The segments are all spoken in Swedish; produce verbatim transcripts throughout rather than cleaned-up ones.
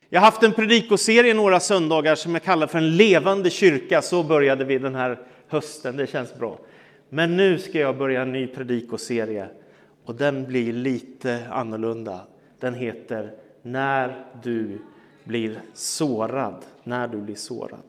Jag har haft en predikoserie några söndagar som jag kallar för en levande kyrka. Så började vi den här hösten, det känns bra. Men nu ska jag börja en ny predikoserie. Och den blir lite annorlunda. Den heter När du blir sårad. När du blir sårad.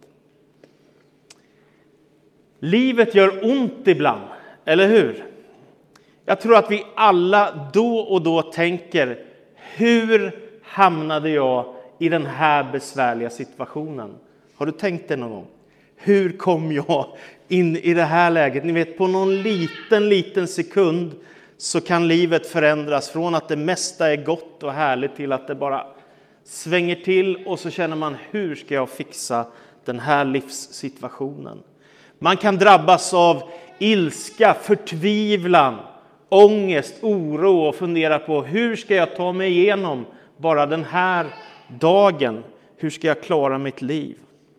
Livet gör ont ibland, eller hur? Jag tror att vi alla då och då tänker, hur hamnade jag i den här besvärliga situationen? Har du tänkt det någon gång? Hur kom jag in i det här läget? Ni vet, på någon liten, liten sekund så kan livet förändras från att det mesta är gott och härligt till att det bara svänger till och så känner man, hur ska jag fixa den här livssituationen? Man kan drabbas av ilska, förtvivlan, ångest, oro och fundera på, hur ska jag ta mig igenom bara den här dagen? Hur ska jag klara mitt liv?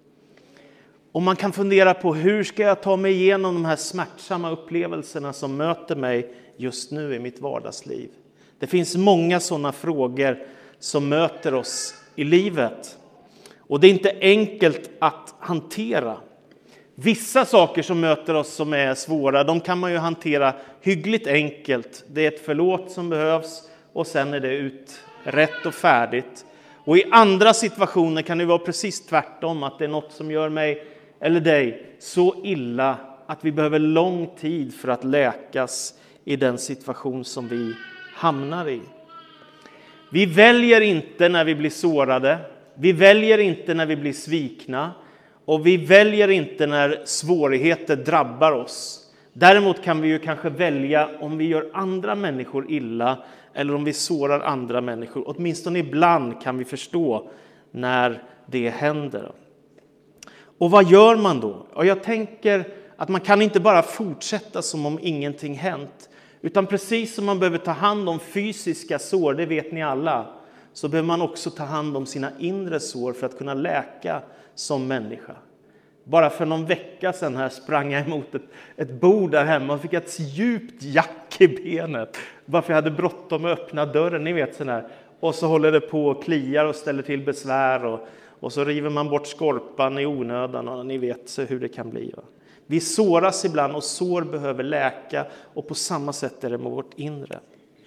Och man kan fundera på, hur ska jag ta mig igenom de här smärtsamma upplevelserna som möter mig just nu i mitt vardagsliv? Det finns många sådana frågor som möter oss i livet. Och det är inte enkelt att hantera. Vissa saker som möter oss som är svåra, de kan man ju hantera hyggligt enkelt. Det är ett förlåt som behövs och sen är det ut rätt och färdigt. Och i andra situationer kan det vara precis tvärtom, att det är något som gör mig eller dig så illa att vi behöver lång tid för att läkas i den situation som vi hamnar i. Vi väljer inte när vi blir sårade, vi väljer inte när vi blir svikna och vi väljer inte när svårigheter drabbar oss. Däremot kan vi ju kanske välja om vi gör andra människor illa eller om vi sårar andra människor. Åtminstone ibland kan vi förstå när det händer. Och vad gör man då? Och jag tänker att man kan inte bara fortsätta som om ingenting hänt. Utan precis som man behöver ta hand om fysiska sår, det vet ni alla, så behöver man också ta hand om sina inre sår för att kunna läka som människa. Bara för någon vecka sedan här sprang jag emot ett, ett bord där hemma och fick ett djupt jack i benet. Varför jag hade bråttom att öppna dörren, ni vet sån här. Och så håller det på och kliar och ställer till besvär och, och så river man bort skorpan i onödan och ni vet så hur det kan bli. Va? Vi såras ibland och sår behöver läka och på samma sätt är det med vårt inre.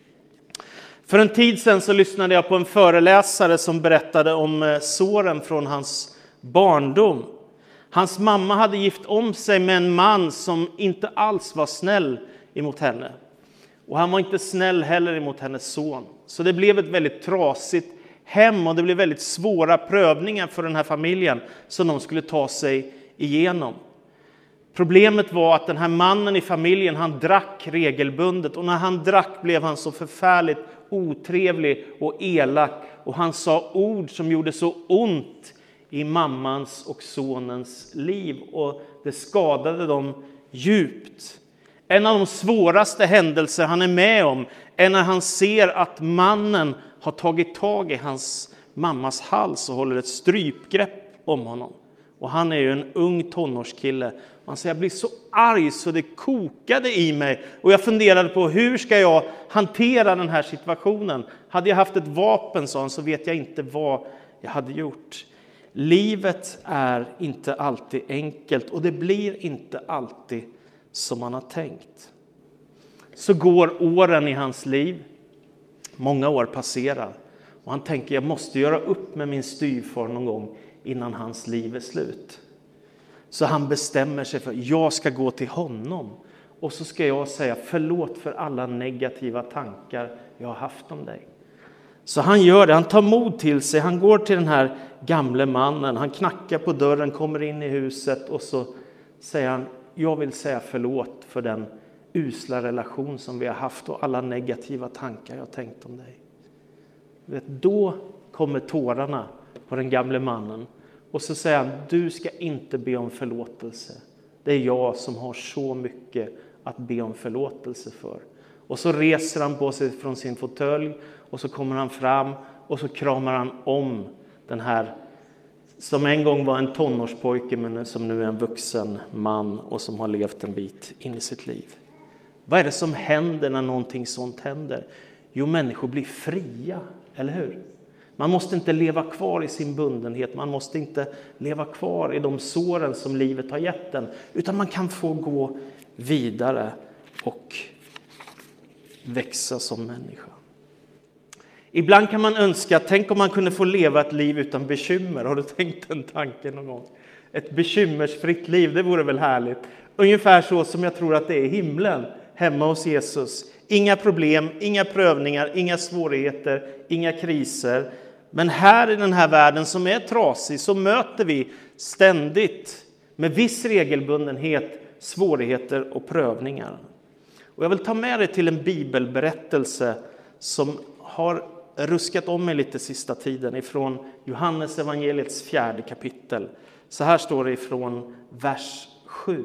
För en tid sedan så lyssnade jag på en föreläsare som berättade om såren från hans barndom. Hans mamma hade gift om sig med en man som inte alls var snäll emot henne. Och han var inte snäll heller emot hennes son. Så det blev ett väldigt trasigt hem och det blev väldigt svåra prövningar för den här familjen som de skulle ta sig igenom. Problemet var att den här mannen i familjen, han drack regelbundet. Och när han drack blev han så förfärligt otrevlig och elak. Och han sa ord som gjorde så ont i mammans och sonens liv. Och det skadade dem djupt. En av de svåraste händelser han är med om är när han ser att mannen har tagit tag i hans mammas hals och håller ett strypgrepp om honom. Och han är ju en ung tonårskille. Han säger, jag blir så arg så det kokade i mig. Och jag funderade på, hur ska jag hantera den här situationen? Hade jag haft ett vapen, sa han, så vet jag inte vad jag hade gjort. Livet är inte alltid enkelt och det blir inte alltid som man har tänkt. Så går åren i hans liv. Många år passerar. Och han tänker, jag måste göra upp med min styvfar någon gång innan hans liv är slut. Så han bestämmer sig för, jag ska gå till honom. Och så ska jag säga, förlåt för alla negativa tankar jag har haft om dig. Så han gör det, han tar mod till sig. Han går till den här gamle mannen. Han knackar på dörren, kommer in i huset. Och så säger han, jag vill säga förlåt för den usla relation som vi har haft. Och alla negativa tankar jag har tänkt om dig. Då kommer tårarna på den gamle mannen. Och så säger han, du ska inte be om förlåtelse. Det är jag som har så mycket att be om förlåtelse för. Och så reser han på sig från sin fåtölj. Och så kommer han fram och så kramar han om den här som en gång var en tonårspojke men som nu är en vuxen man och som har levt en bit in i sitt liv. Vad är det som händer när någonting sånt händer? Jo, människor blir fria, eller hur? Man måste inte leva kvar i sin bundenhet. Man måste inte leva kvar i de såren som livet har gett en. Utan man kan få gå vidare och växa som människa. Ibland kan man önska, tänk om man kunde få leva ett liv utan bekymmer. Har du tänkt den tanken någon gång? Ett bekymmersfritt liv, det vore väl härligt. Ungefär så som jag tror att det är i himlen, hemma hos Jesus. Inga problem, inga prövningar, inga svårigheter, inga kriser. Men här i den här världen som är trasig så möter vi ständigt med viss regelbundenhet svårigheter och prövningar. Och jag vill ta med dig till en bibelberättelse som har ruskat om mig lite sista tiden ifrån Johannes evangeliets fjärde kapitel. Så här står det ifrån vers sju.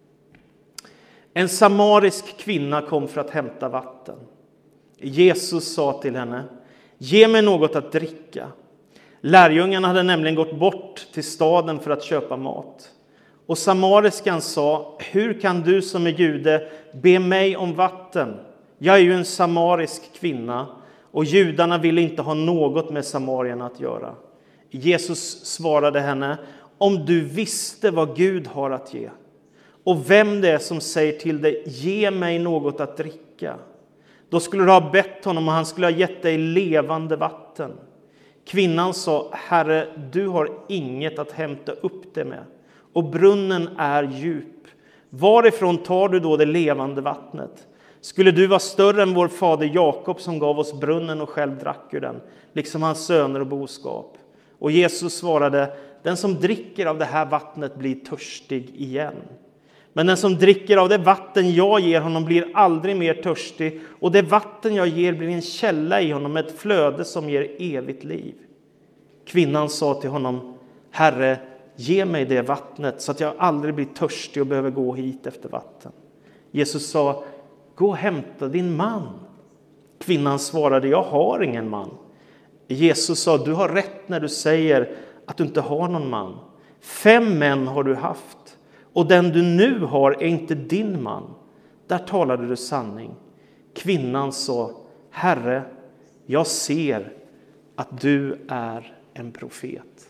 En samarisk kvinna kom för att hämta vatten. Jesus sa till henne, ge mig något att dricka. Lärjungarna hade nämligen gått bort till staden för att köpa mat. Och samariskan sa, hur kan du som är jude be mig om vatten? Jag är ju en samarisk kvinna och judarna ville inte ha något med samarierna att göra. Jesus svarade henne, om du visste vad Gud har att ge och vem det är som säger till dig, ge mig något att dricka. Då skulle du ha bett honom och han skulle ha gett dig levande vatten. Kvinnan sa, Herre, du har inget att hämta upp det med och brunnen är djup. Varifrån tar du då det levande vattnet? Skulle du vara större än vår fader Jakob som gav oss brunnen och själv drack ur den, liksom hans söner och boskap? Och Jesus svarade, den som dricker av det här vattnet blir törstig igen. Men den som dricker av det vatten jag ger honom blir aldrig mer törstig. Och det vatten jag ger blir en källa i honom, ett flöde som ger evigt liv. Kvinnan sa till honom, Herre, ge mig det vattnet så att jag aldrig blir törstig och behöver gå hit efter vatten. Jesus sa, gå och hämta din man. Kvinnan svarade, jag har ingen man. Jesus sa, du har rätt när du säger att du inte har någon man. Fem män har du haft. Och den du nu har är inte din man. Där talade du sanning. Kvinnan sa, Herre, jag ser att du är en profet.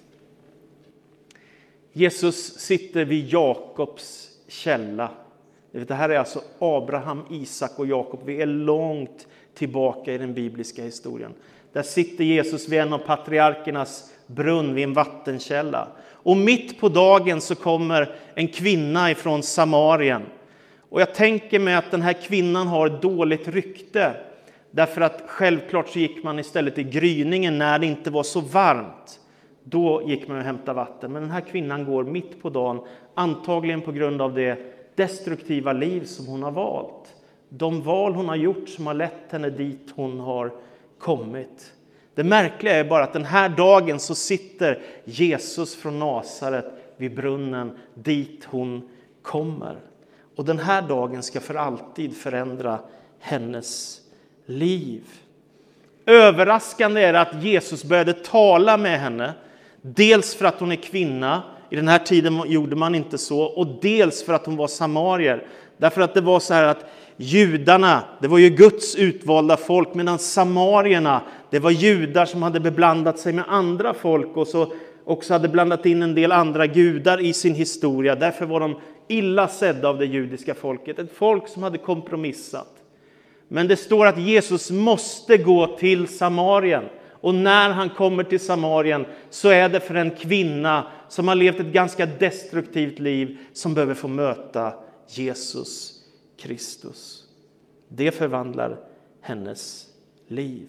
Jesus sitter vid Jakobs källa. Det här är alltså Abraham, Isak och Jakob. Vi är långt tillbaka i den bibliska historien. Där sitter Jesus vid en av patriarkernas brunn vid en vattenkälla. Och mitt på dagen så kommer en kvinna ifrån Samarien. Och jag tänker mig att den här kvinnan har dåligt rykte. Därför att självklart så gick man istället i gryningen när det inte var så varmt. Då gick man och hämtade vatten. Men den här kvinnan går mitt på dagen. Antagligen på grund av det destruktiva liv som hon har valt. De val hon har gjort som har lett henne dit hon har kommit. Det märkliga är bara att den här dagen så sitter Jesus från Nasaret vid brunnen dit hon kommer. Och den här dagen ska för alltid förändra hennes liv. Överraskande är att Jesus började tala med henne. Dels för att hon är kvinna. I den här tiden gjorde man inte så. Och dels för att hon var samarier. Därför att det var så här att judarna, det var ju Guds utvalda folk, medan samarierna, det var judar som hade beblandat sig med andra folk och så också hade blandat in en del andra gudar i sin historia. Därför var de illa sedda av det judiska folket, ett folk som hade kompromissat. Men det står att Jesus måste gå till Samarien. Och när han kommer till Samarien så är det för en kvinna som har levt ett ganska destruktivt liv som behöver få möta Jesus Kristus. Det förvandlar hennes liv.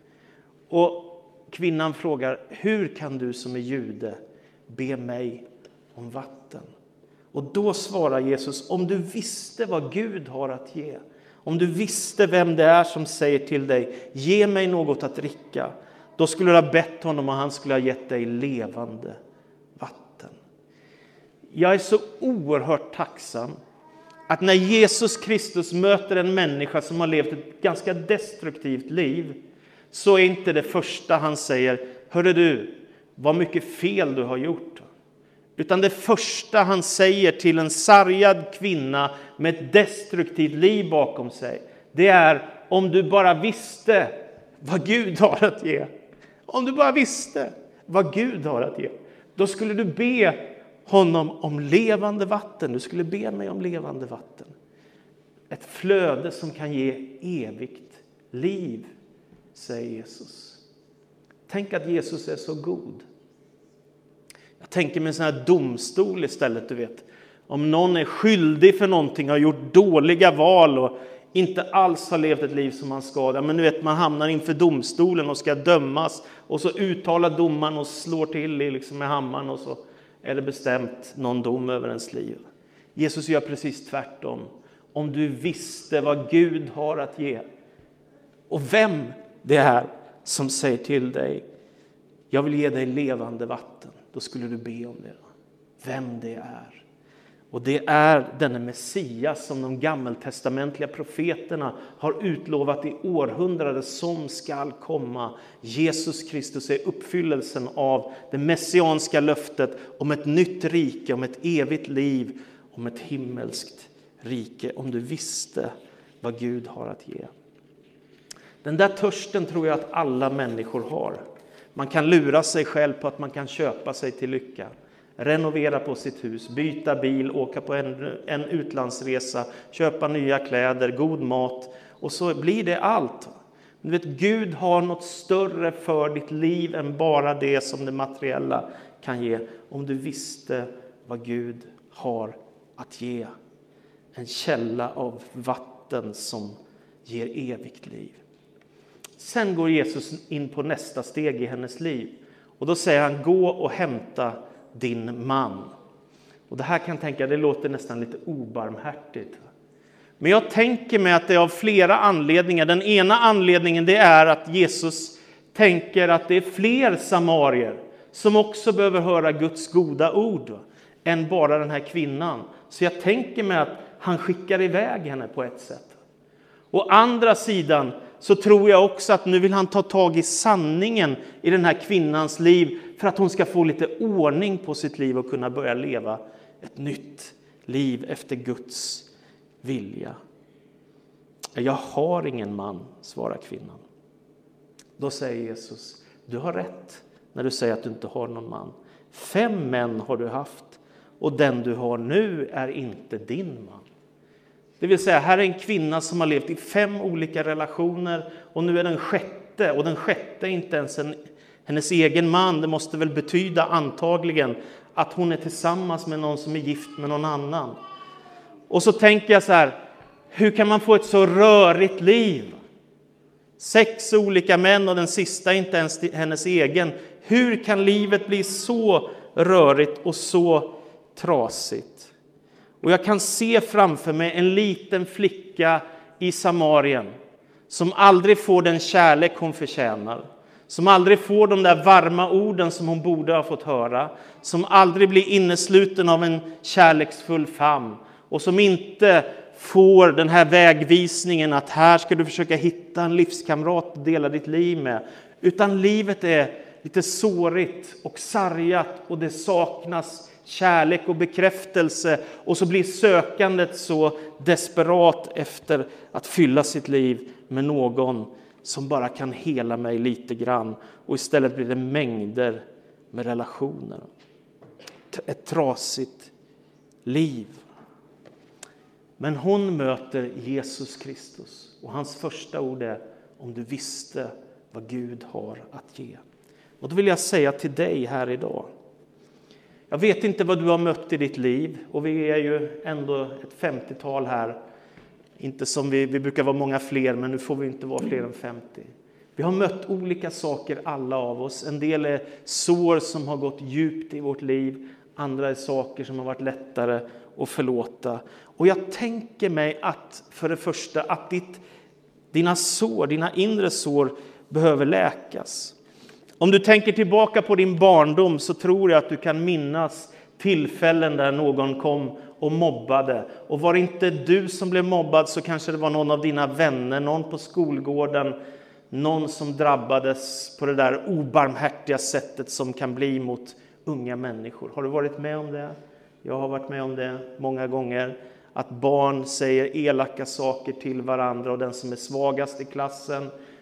Och kvinnan frågar, hur kan du som är jude be mig om vatten? Och då svarar Jesus, om du visste vad Gud har att ge. Om du visste vem det är som säger till dig, ge mig något att dricka. Då skulle du ha bett honom och han skulle ha gett dig levande vatten. Jag är så oerhört tacksam att när Jesus Kristus möter en människa som har levt ett ganska destruktivt liv, så är inte det första han säger, hörru du, vad mycket fel du har gjort. Utan det första han säger till en sargad kvinna med ett destruktivt liv bakom sig, det är, om du bara visste vad Gud har att ge. Om du bara visste vad Gud har att ge, då skulle du be honom om levande vatten. Du skulle be mig om levande vatten. Ett flöde som kan ge evigt liv, säger Jesus. Tänk att Jesus är så god. Jag tänker mig en sån här domstol istället, du vet. Om någon är skyldig för någonting, har gjort dåliga val och inte alls har levt ett liv som man ska. Men du vet, man hamnar inför domstolen och ska dömas. Och så uttalar domaren och slår till i liksom med hammaren och så är det bestämt någon dom över ens liv. Jesus gör precis tvärtom. Om du visste vad Gud har att ge och vem det är som säger till dig, jag vill ge dig levande vatten, då skulle du be om det. Vem det är. Och det är denne Messias som de gammeltestamentliga profeterna har utlovat i århundraden som skall komma. Jesus Kristus är uppfyllelsen av det messianska löftet om ett nytt rike, om ett evigt liv, om ett himmelskt rike. Om du visste vad Gud har att ge. Den där törsten tror jag att alla människor har. Man kan lura sig själv på att man kan köpa sig till lycka. Renovera på sitt hus, byta bil, åka på en, en utlandsresa, köpa nya kläder, god mat. Och så blir det allt. Du vet, Gud har något större för ditt liv än bara det som det materiella kan ge. Om du visste vad Gud har att ge. En källa av vatten som ger evigt liv. Sen går Jesus in på nästa steg i hennes liv. Och då säger han, gå och hämta din man. Och det här kan jag tänka, det låter nästan lite obarmhärtigt. Men jag tänker mig att det är av flera anledningar. Den ena anledningen det är att Jesus tänker att det är fler samarier som också behöver höra Guds goda ord än bara den här kvinnan. Så jag tänker mig att han skickar iväg henne på ett sätt. Å andra sidan så tror jag också att nu vill han ta tag i sanningen i den här kvinnans liv för att hon ska få lite ordning på sitt liv och kunna börja leva ett nytt liv efter Guds vilja. Jag har ingen man, svarar kvinnan. Då säger Jesus, du har rätt när du säger att du inte har någon man. Fem män har du haft och den du har nu är inte din man. Det vill säga, här är en kvinna som har levt i fem olika relationer och nu är den sjätte. Och den sjätte är inte ens en, hennes egen man. Det måste väl betyda antagligen att hon är tillsammans med någon som är gift med någon annan. Och så tänker jag så här, hur kan man få ett så rörigt liv? Sex olika män och den sista är inte ens hennes egen. Hur kan livet bli så rörigt och så trasigt? Och jag kan se framför mig en liten flicka i Samarien som aldrig får den kärlek hon förtjänar. Som aldrig får de där varma orden som hon borde ha fått höra. Som aldrig blir innesluten av en kärleksfull famn. Och som inte får den här vägvisningen att här ska du försöka hitta en livskamrat att dela ditt liv med. Utan livet är lite sårigt och sargat och det saknas kärlek och bekräftelse, och så blir sökandet så desperat efter att fylla sitt liv med någon som bara kan hela mig lite grann, och istället blir det mängder med relationer. Ett trasigt liv. Men hon möter Jesus Kristus och hans första ord är, om du visste vad Gud har att ge. Och då vill jag säga till dig här idag, jag vet inte vad du har mött i ditt liv, och vi är ju ändå ett femtiotal här. Inte som vi, vi brukar vara många fler, men nu får vi inte vara fler än femtio. Vi har mött olika saker alla av oss. En del är sår som har gått djupt i vårt liv. Andra är saker som har varit lättare att förlåta. Och jag tänker mig att för det första att ditt, dina sår, dina inre sår behöver läkas. Om du tänker tillbaka på din barndom så tror jag att du kan minnas tillfällen där någon kom och mobbade. Och var det inte du som blev mobbad så kanske det var någon av dina vänner, någon på skolgården, någon som drabbades på det där obarmhärtiga sättet som kan bli mot unga människor. Har du varit med om det? Jag har varit med om det många gånger. Att barn säger elaka saker till varandra och den som är svagast i klassen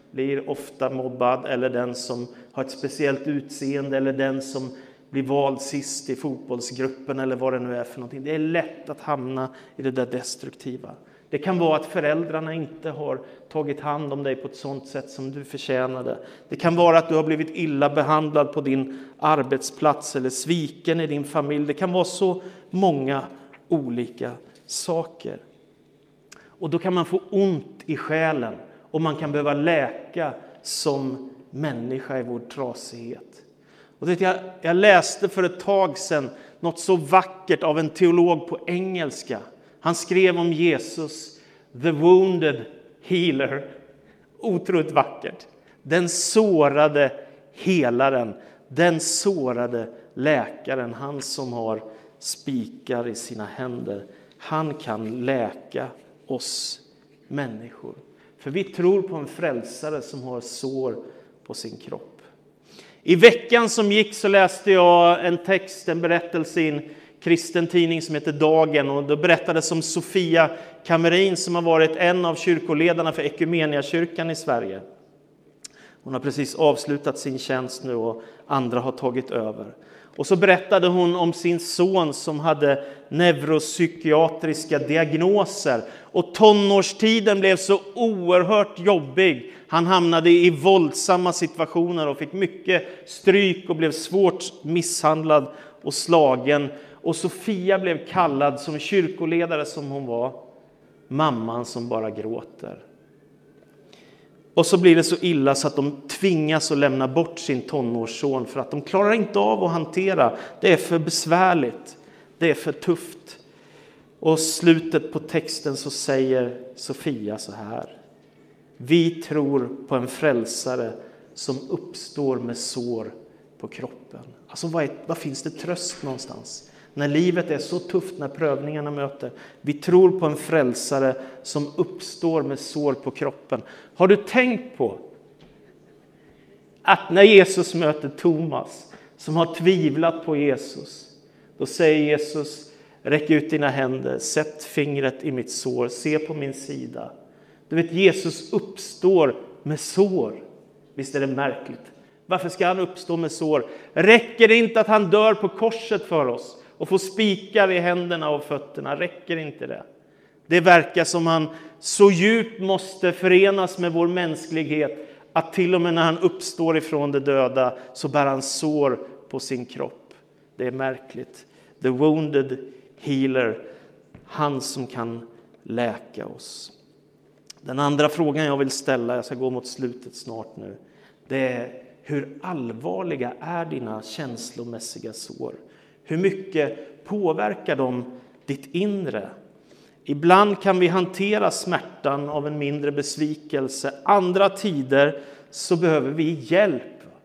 blir ofta mobbad, eller den som har ett speciellt utseende, eller den som blir vald sist i fotbollsgruppen, eller vad det nu är för någonting. Det är lätt att hamna i det där destruktiva. Det kan vara att föräldrarna inte har tagit hand om dig på ett sådant sätt som du förtjänade. Det kan vara att du har blivit illa behandlad på din arbetsplats eller sviken i din familj. Det kan vara så många olika saker. Och då kan man få ont i själen och man kan behöva läka som människa i vår trasighet. Och det, jag, jag läste för ett tag sedan något så vackert av en teolog på engelska. Han skrev om Jesus, the wounded healer. Otroligt vackert. Den sårade helaren, den sårade läkaren, han som har spikar i sina händer. Han kan läka oss människor. För vi tror på en frälsare som har sår på sin kropp. I veckan som gick så läste jag en text, en berättelse i en kristen tidning som heter Dagen. Och då berättades om Sofia Kamerin som har varit en av kyrkoledarna för Ekumeniakyrkan i Sverige. Hon har precis avslutat sin tjänst nu och andra har tagit över. Och så berättade hon om sin son som hade neuropsykiatriska diagnoser. Och tonårstiden blev så oerhört jobbig. Han hamnade i våldsamma situationer och fick mycket stryk och blev svårt misshandlad och slagen. Och Sofia blev kallad som kyrkoledare som hon var, mamman som bara gråter. Och så blir det så illa så att de tvingas att lämna bort sin tonårsson för att de klarar inte av att hantera. Det är för besvärligt. Det är för tufft. Och slutet på texten så säger Sofia så här. Vi tror på en frälsare som uppstår med sår på kroppen. Alltså vad, är, vad finns det tröst någonstans? När livet är så tufft, när prövningarna möter. Vi tror på en frälsare som uppstår med sår på kroppen. Har du tänkt på att när Jesus möter Thomas som har tvivlat på Jesus. Då säger Jesus, räck ut dina händer, sätt fingret i mitt sår, se på min sida. Du vet, Jesus uppstår med sår. Visst är det märkligt? Varför ska han uppstå med sår? Räcker det inte att han dör på korset för oss? Och får spikar i händerna och fötterna? Räcker inte det? Det verkar som han så djupt måste förenas med vår mänsklighet. Att till och med när han uppstår ifrån det döda så bär han sår på sin kropp. Det är märkligt. The wounded healer. Han som kan läka oss. Den andra frågan jag vill ställa, jag ska gå mot slutet snart nu. Det är, hur allvarliga är dina känslomässiga sår? Hur mycket påverkar de ditt inre? Ibland kan vi hantera smärtan av en mindre besvikelse. Andra tider så behöver vi hjälp.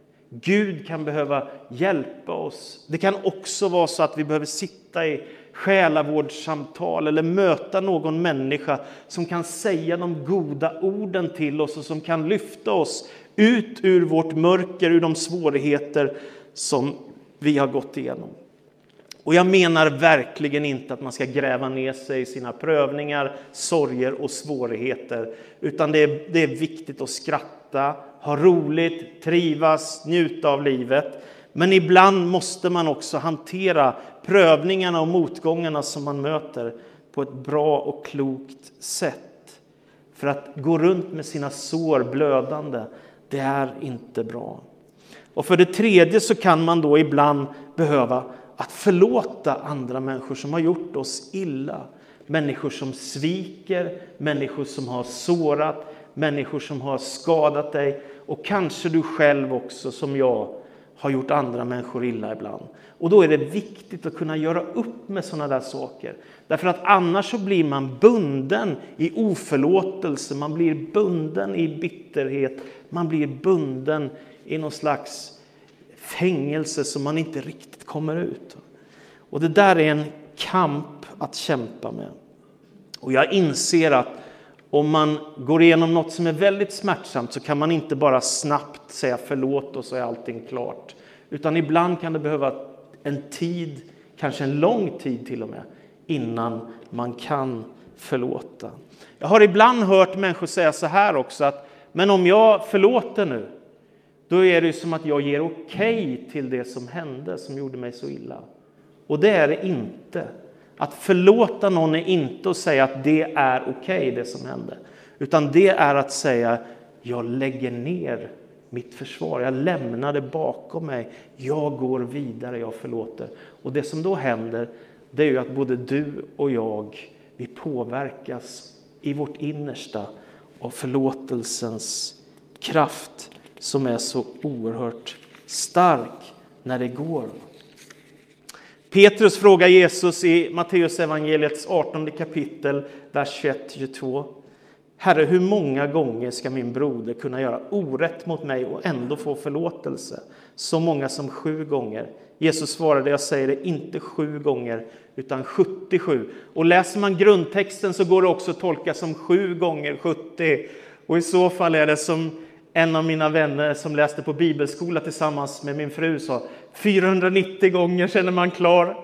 Gud kan behöva hjälpa oss. Det kan också vara så att vi behöver sitta i själavårdssamtal eller möta någon människa som kan säga de goda orden till oss och som kan lyfta oss ut ur vårt mörker, ur de svårigheter som vi har gått igenom. Och jag menar verkligen inte att man ska gräva ner sig i sina prövningar, sorger och svårigheter. Utan det är, det är viktigt att skratta, ha roligt, trivas, njuta av livet. Men ibland måste man också hantera prövningarna och motgångarna som man möter på ett bra och klokt sätt. För att gå runt med sina sår blödande, det är inte bra. Och för det tredje så kan man då ibland behöva att förlåta andra människor som har gjort oss illa. Människor som sviker, människor som har sårat, människor som har skadat dig. Och kanske du själv också som jag har gjort andra människor illa ibland. Och då är det viktigt att kunna göra upp med sådana där saker. Därför att annars så blir man bunden i oförlåtelse. Man blir bunden i bitterhet. Man blir bunden i någon slags fängelse som man inte riktigt kommer ut. Och det där är en kamp att kämpa med. Och jag inser att om man går igenom något som är väldigt smärtsamt så kan man inte bara snabbt säga förlåt och så är allting klart. Utan ibland kan det behöva en tid, kanske en lång tid till och med, innan man kan förlåta. Jag har ibland hört människor säga så här också, att Men om jag förlåter nu, då är det ju som att jag ger okej till det som hände, som gjorde mig så illa. Och det är det inte. Att förlåta någon är inte att säga att det är okej det som hände. Utan det är att säga, jag lägger ner mitt försvar. Jag lämnar det bakom mig. Jag går vidare, jag förlåter. Och det som då händer, det är ju att både du och jag, vi påverkas i vårt innersta av förlåtelsens kraft som är så oerhört stark när det går. Petrus frågar Jesus i Matteus evangeliets artonde kapitel, vers tjugoett till tjugotvå. Herre, hur många gånger ska min broder kunna göra orätt mot mig och ändå få förlåtelse? Så många som sju gånger. Jesus svarade, jag säger det, inte sju gånger utan sjuttiosju. Och läser man grundtexten så går det också att tolka som sju gånger sjuttio. Och i så fall är det som en av mina vänner som läste på bibelskola tillsammans med min fru sa, fyrahundranittio gånger känner man klar.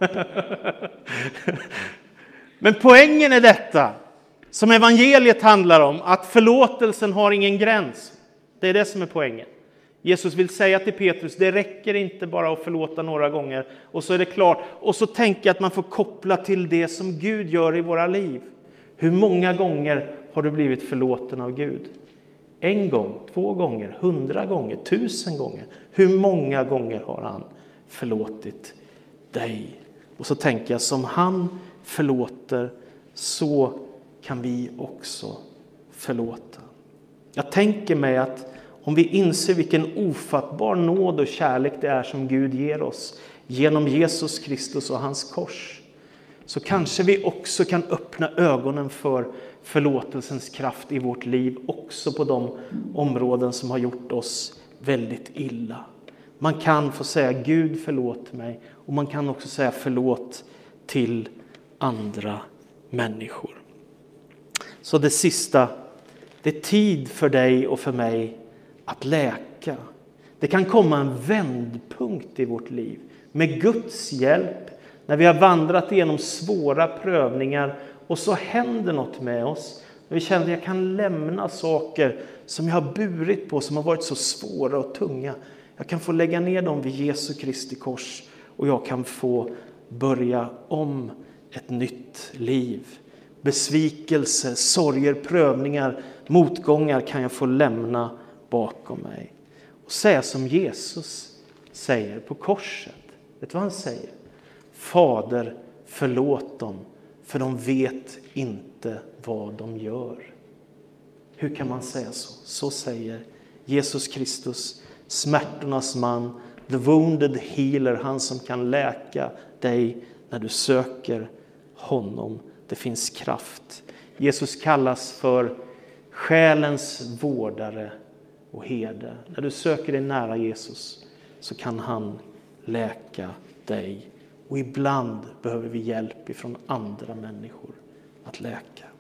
Men poängen är detta, som evangeliet handlar om, att förlåtelsen har ingen gräns. Det är det som är poängen. Jesus vill säga till Petrus, det räcker inte bara att förlåta några gånger och så är det klart. Och så tänker jag att man får koppla till det som Gud gör i våra liv. Hur många gånger har du blivit förlåten av Gud? En gång, två gånger, hundra gånger, tusen gånger. Hur många gånger har han förlåtit dig? Och så tänker jag, som han förlåter så kan vi också förlåta. Jag tänker mig att om vi inser vilken ofattbar nåd och kärlek det är som Gud ger oss genom Jesus Kristus och hans kors, så kanske vi också kan öppna ögonen för förlåtelsens kraft i vårt liv också på de områden som har gjort oss väldigt illa. Man kan få säga Gud förlåt mig, och man kan också säga förlåt till andra människor. Så det sista, det är tid för dig och för mig att läka. Det kan komma en vändpunkt i vårt liv med Guds hjälp när vi har vandrat igenom svåra prövningar och så händer något med oss. När vi känner att jag kan lämna saker som jag har burit på, som har varit så svåra och tunga. Jag kan få lägga ner dem vid Jesu Kristi kors och jag kan få börja om ett nytt liv. Besvikelse, sorger, prövningar, motgångar kan jag få lämna bakom mig. Och säga som Jesus säger på korset. Vet du vad han säger? Fader, förlåt dem, för de vet inte vad de gör. Hur kan man säga så? Så säger Jesus Kristus, smärtornas man, the wounded healer, han som kan läka dig när du söker honom. Det finns kraft. Jesus kallas för själens vårdare och herde. När du söker dig nära Jesus så kan han läka dig. Och ibland behöver vi hjälp ifrån andra människor att läka.